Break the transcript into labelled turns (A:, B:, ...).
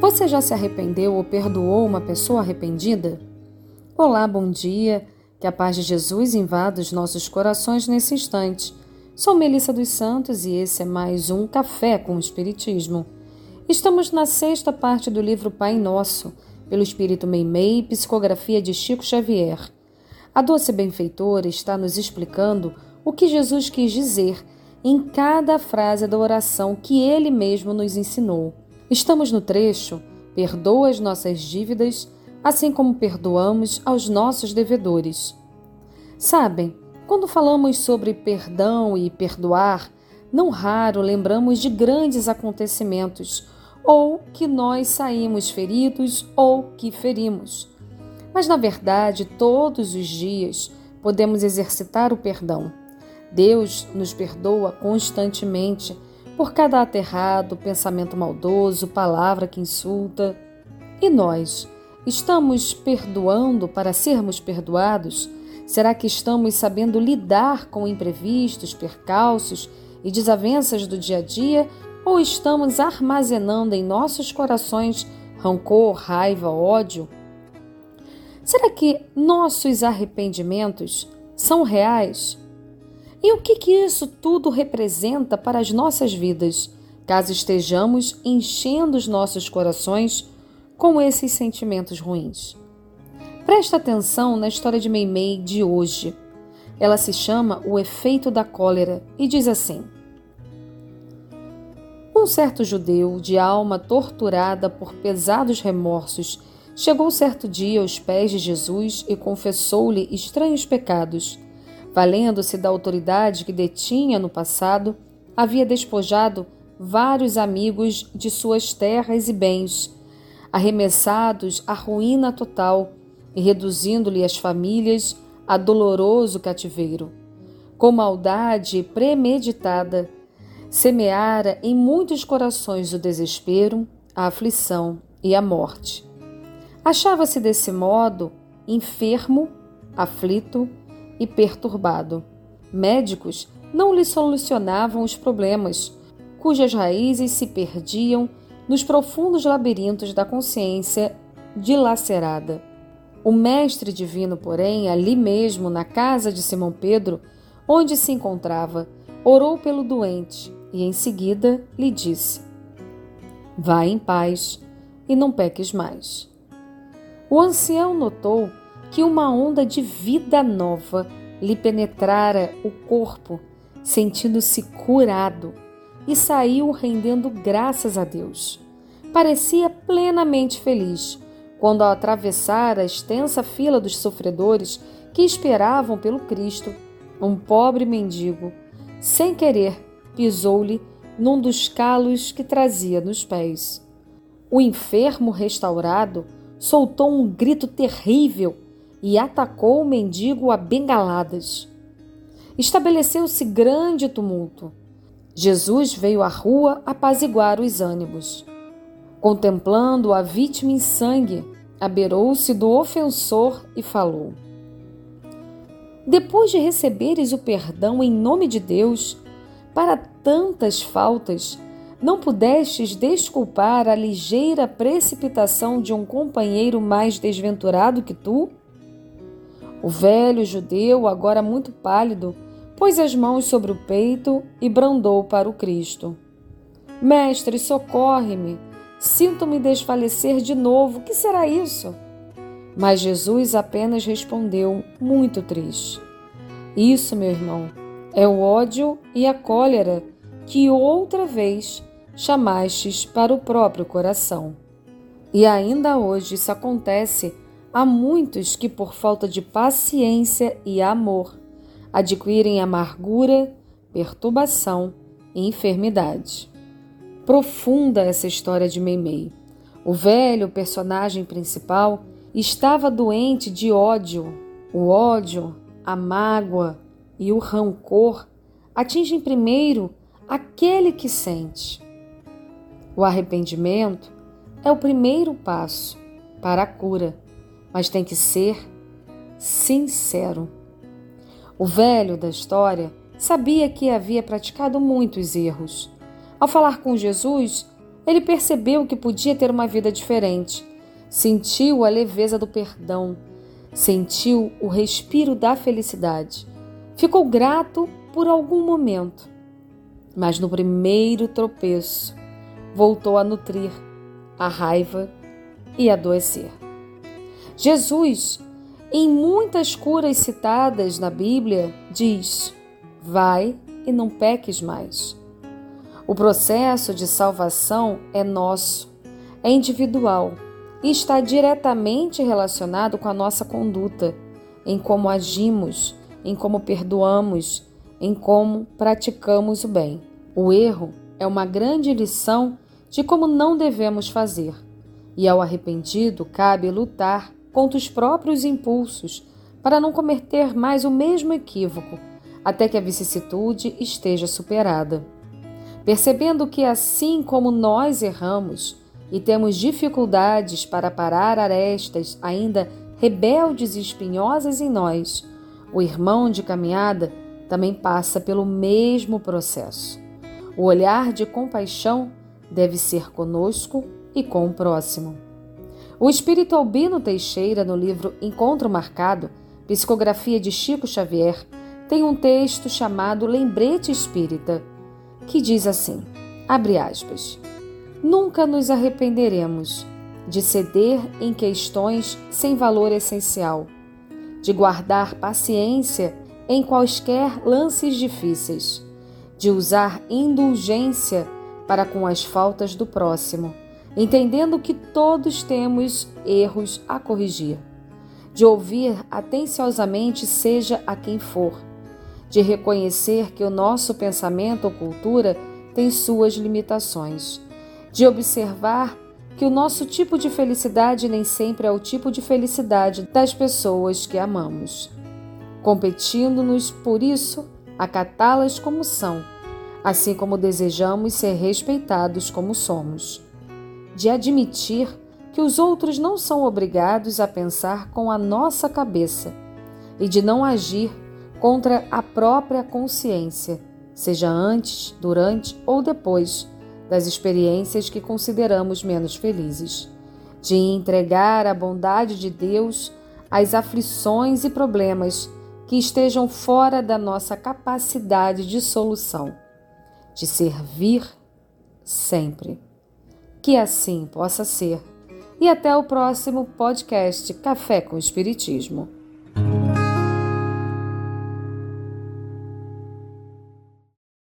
A: Você já se arrependeu ou perdoou uma pessoa arrependida? Olá, bom dia. Que a paz de Jesus invada os nossos corações nesse instante. Sou Melissa dos Santos e esse é mais um Café com o Espiritismo. Estamos na sexta parte do livro Pai Nosso, pelo Espírito Meimei, psicografia de Chico Xavier. A doce benfeitora está nos explicando o que Jesus quis dizer em cada frase da oração que ele mesmo nos ensinou. Estamos no trecho Perdoa as nossas dívidas, assim como perdoamos aos nossos devedores. Sabem, quando falamos sobre perdão e perdoar, não raro lembramos de grandes acontecimentos, ou que nós saímos feridos ou que ferimos. Mas, na verdade, todos os dias podemos exercitar o perdão. Deus nos perdoa constantemente por cada ato errado, pensamento maldoso, palavra que insulta. E nós, estamos perdoando para sermos perdoados? Será que estamos sabendo lidar com imprevistos, percalços e desavenças do dia a dia? Ou estamos armazenando em nossos corações rancor, raiva, ódio? Será que nossos arrependimentos são reais? E o que isso tudo representa para as nossas vidas, caso estejamos enchendo os nossos corações com esses sentimentos ruins? Presta atenção na história de Meimei de hoje. Ela se chama O Efeito da Cólera e diz assim: Um certo judeu, de alma torturada por pesados remorsos, chegou certo dia aos pés de Jesus e confessou-lhe estranhos pecados. Valendo-se da autoridade que detinha no passado, havia despojado vários amigos de suas terras e bens, arremessados à ruína total e reduzindo-lhe as famílias a doloroso cativeiro. Com maldade premeditada, semeara em muitos corações o desespero, a aflição e a morte. Achava-se desse modo enfermo, aflito e perturbado. Médicos não lhe solucionavam os problemas, cujas raízes se perdiam nos profundos labirintos da consciência dilacerada. O Mestre Divino, porém, ali mesmo, na casa de Simão Pedro, onde se encontrava, orou pelo doente e, em seguida, lhe disse: Vai em paz e não peques mais. O ancião notou que uma onda de vida nova lhe penetrara o corpo, sentindo-se curado, e saiu rendendo graças a Deus. Parecia plenamente feliz quando, ao atravessar a extensa fila dos sofredores que esperavam pelo Cristo, um pobre mendigo, sem querer, pisou-lhe num dos calos que trazia nos pés. O enfermo restaurado soltou um grito terrível e atacou o mendigo a bengaladas. Estabeleceu-se grande tumulto. Jesus veio à rua apaziguar os ânimos. Contemplando a vítima em sangue, abeirou-se do ofensor e falou: Depois de receberes o perdão em nome de Deus, para tantas faltas, não pudestes desculpar a ligeira precipitação de um companheiro mais desventurado que tu? O velho judeu, agora muito pálido, pôs as mãos sobre o peito e brandou para o Cristo: Mestre, socorre-me! Sinto-me desfalecer de novo. Que será isso? Mas Jesus apenas respondeu, muito triste: Isso, meu irmão, é o ódio e a cólera que outra vez chamastes para o próprio coração. E ainda hoje isso acontece a muitos que, por falta de paciência e amor, adquirem amargura, perturbação e enfermidade. Profunda essa história de Meimei. O velho personagem principal estava doente de ódio. O ódio, a mágoa e o rancor atingem primeiro aquele que sente. O arrependimento é o primeiro passo para a cura, mas tem que ser sincero. O velho da história sabia que havia praticado muitos erros. Ao falar com Jesus, Ele percebeu que podia ter uma vida diferente, sentiu a leveza do perdão, sentiu o respiro da felicidade. Ficou grato por algum momento, mas no primeiro tropeço voltou a nutrir a raiva e adoecer. Jesus, em muitas curas citadas na Bíblia, diz: vai e não peques mais. O processo de salvação é nosso, é individual e está diretamente relacionado com a nossa conduta, em como agimos, em como perdoamos, em como praticamos o bem. O erro é uma grande lição de como não devemos fazer, e ao arrependido cabe lutar contra os próprios impulsos para não cometer mais o mesmo equívoco, até que a vicissitude esteja superada. Percebendo que assim como nós erramos e temos dificuldades para parar arestas ainda rebeldes e espinhosas em nós, o irmão de caminhada também passa pelo mesmo processo. O olhar de compaixão deve ser conosco e com o próximo. O espírito Albino Teixeira, no livro Encontro Marcado, psicografia de Chico Xavier, tem um texto chamado Lembrete Espírita, que diz assim, abre aspas, nunca nos arrependeremos de ceder em questões sem valor essencial, de guardar paciência em quaisquer lances difíceis, de usar indulgência para com as faltas do próximo, entendendo que todos temos erros a corrigir, de ouvir atenciosamente seja a quem for, de reconhecer que o nosso pensamento ou cultura tem suas limitações, de observar que o nosso tipo de felicidade nem sempre é o tipo de felicidade das pessoas que amamos, competindo-nos, por isso, acatá-las como são, assim como desejamos ser respeitados como somos, de admitir que os outros não são obrigados a pensar com a nossa cabeça e de não agir contra a própria consciência, seja antes, durante ou depois das experiências que consideramos menos felizes, de entregar a bondade de Deus às aflições e problemas que estejam fora da nossa capacidade de solução, de servir sempre. Que assim possa ser. E até o próximo podcast Café com Espiritismo.